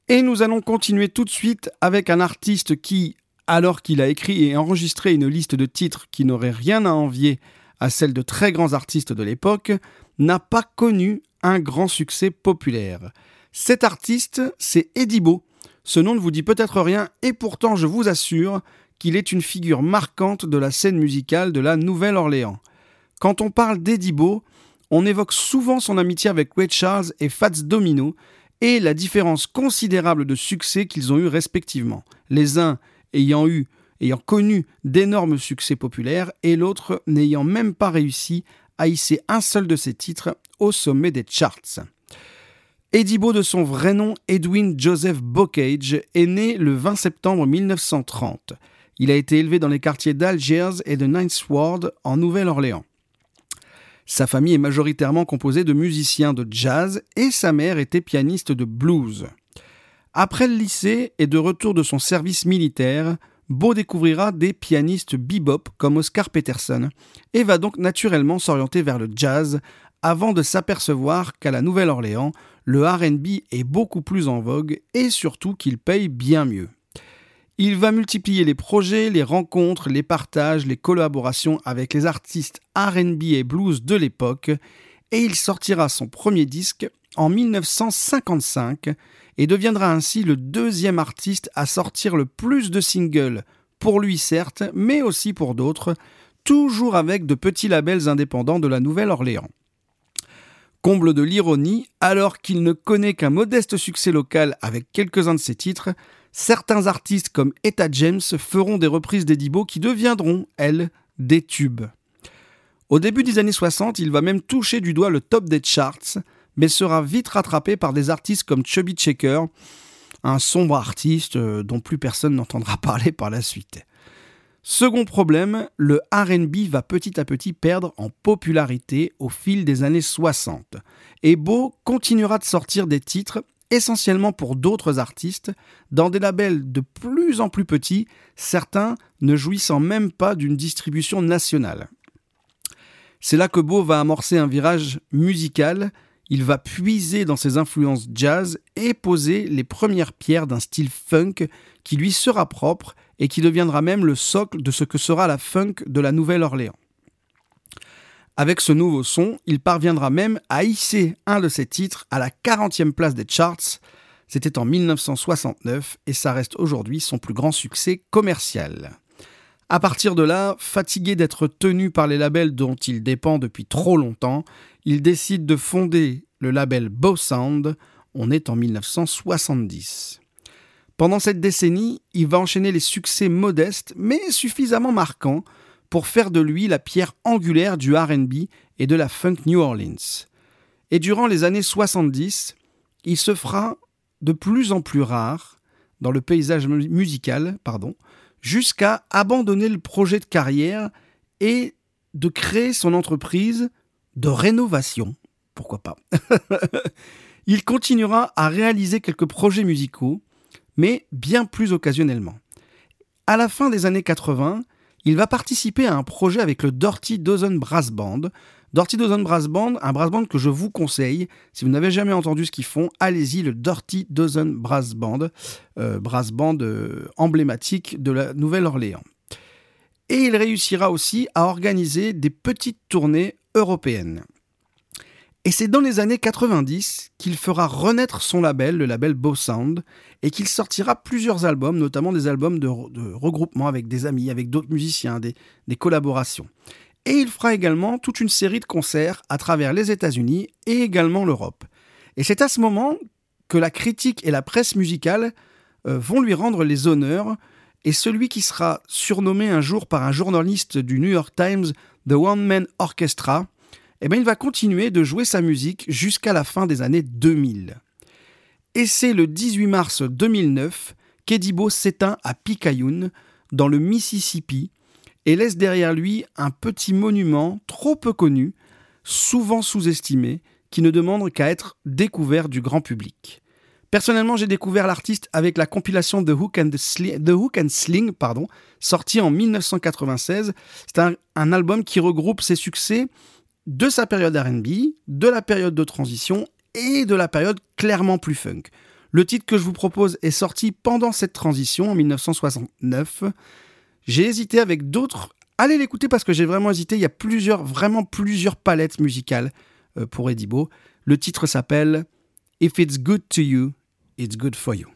Et nous allons continuer tout de suite avec un artiste qui, alors qu'il a écrit et enregistré une liste de titres qui n'aurait rien à envier à celle de très grands artistes de l'époque, n'a pas connu un grand succès populaire. Cet artiste, c'est Eddie Bo. Ce nom ne vous dit peut-être rien et pourtant je vous assure qu'il est une figure marquante de la scène musicale de la Nouvelle-Orléans. Quand on parle d'Eddie Bo, on évoque souvent son amitié avec Ray Charles et Fats Domino et la différence considérable de succès qu'ils ont eu respectivement. Les uns ayant connu d'énormes succès populaires et l'autre n'ayant même pas réussi à hisser un seul de ses titres au sommet des charts. Eddie Bo, de son vrai nom Edwin Joseph Bocage, est né le 20 septembre 1930. Il a été élevé dans les quartiers d'Algiers et de Ninth Ward en Nouvelle-Orléans. Sa famille est majoritairement composée de musiciens de jazz et sa mère était pianiste de blues. Après le lycée et de retour de son service militaire, Bo découvrira des pianistes bebop comme Oscar Peterson et va donc naturellement s'orienter vers le jazz avant de s'apercevoir qu'à la Nouvelle-Orléans, le R&B est beaucoup plus en vogue et surtout qu'il paye bien mieux. Il va multiplier les projets, les rencontres, les partages, les collaborations avec les artistes R&B et blues de l'époque et il sortira son premier disque en 1955 et deviendra ainsi le deuxième artiste à sortir le plus de singles, pour lui certes, mais aussi pour d'autres, toujours avec de petits labels indépendants de la Nouvelle-Orléans. Comble de l'ironie, alors qu'il ne connaît qu'un modeste succès local avec quelques-uns de ses titres, certains artistes comme Etta James feront des reprises d'Eddie Bo qui deviendront, elles, des tubes. Au début des années 60, il va même toucher du doigt le top des charts, mais sera vite rattrapé par des artistes comme Chubby Checker, un sombre artiste dont plus personne n'entendra parler par la suite. Second problème, le R&B va petit à petit perdre en popularité au fil des années 60. Et Bo continuera de sortir des titres, essentiellement pour d'autres artistes, dans des labels de plus en plus petits, certains ne jouissant même pas d'une distribution nationale. C'est là que Bo va amorcer un virage musical. Il va puiser dans ses influences jazz et poser les premières pierres d'un style funk qui lui sera propre et qui deviendra même le socle de ce que sera la funk de la Nouvelle-Orléans. Avec ce nouveau son, il parviendra même à hisser un de ses titres à la 40e place des charts. C'était en 1969 et ça reste aujourd'hui son plus grand succès commercial. À partir de là, fatigué d'être tenu par les labels dont il dépend depuis trop longtemps, il décide de fonder le label Bo Sound. On est en 1970. Pendant cette décennie, il va enchaîner les succès modestes mais suffisamment marquants pour faire de lui la pierre angulaire du R&B et de la funk New Orleans. Et durant les années 70, il se fera de plus en plus rare dans le paysage musical, jusqu'à abandonner le projet de carrière et de créer son entreprise de rénovation. Pourquoi pas. Il continuera à réaliser quelques projets musicaux, mais bien plus occasionnellement. À la fin des années 80, il va participer à un projet avec le Dirty Dozen Brass Band. Dirty Dozen Brass Band, un brass band que je vous conseille. Si vous n'avez jamais entendu ce qu'ils font, allez-y, le Dirty Dozen Brass Band, emblématique de la Nouvelle-Orléans. Et il réussira aussi à organiser des petites tournées européennes. Et c'est dans les années 90 qu'il fera renaître son label, le label Bo Sound, et qu'il sortira plusieurs albums, notamment des albums de regroupement avec des amis, avec d'autres musiciens, des collaborations. Et il fera également toute une série de concerts à travers les États-Unis et également l'Europe. Et c'est à ce moment que la critique et la presse musicale vont lui rendre les honneurs, et celui qui sera surnommé un jour par un journaliste du New York Times The One Man Orchestra, il va continuer de jouer sa musique jusqu'à la fin des années 2000. Et c'est le 18 mars 2009 qu'Eddie Bo s'éteint à Picayune, dans le Mississippi, et laisse derrière lui un petit monument trop peu connu, souvent sous-estimé, qui ne demande qu'à être découvert du grand public. Personnellement, j'ai découvert l'artiste avec la compilation The Hook and Sling, sortie en 1996. C'est un album qui regroupe ses succès de sa période R&B, de la période de transition et de la période clairement plus funk. Le titre que je vous propose est sorti pendant cette transition en 1969. J'ai hésité avec d'autres. Allez l'écouter parce que j'ai vraiment hésité. Il y a vraiment plusieurs palettes musicales pour Eddie Bo. Le titre s'appelle If It's Good to You, It's Good for You.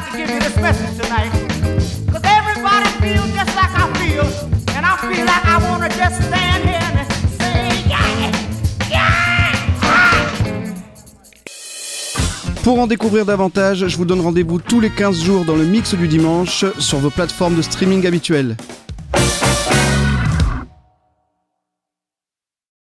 like to give you this message tonight. Because everybody feels just like I feel. And I feel like I want to just stand here and say, yeah, yeah. Pour en découvrir davantage, je vous donne rendez-vous tous les 15 jours dans le mix du dimanche sur vos plateformes de streaming habituelles.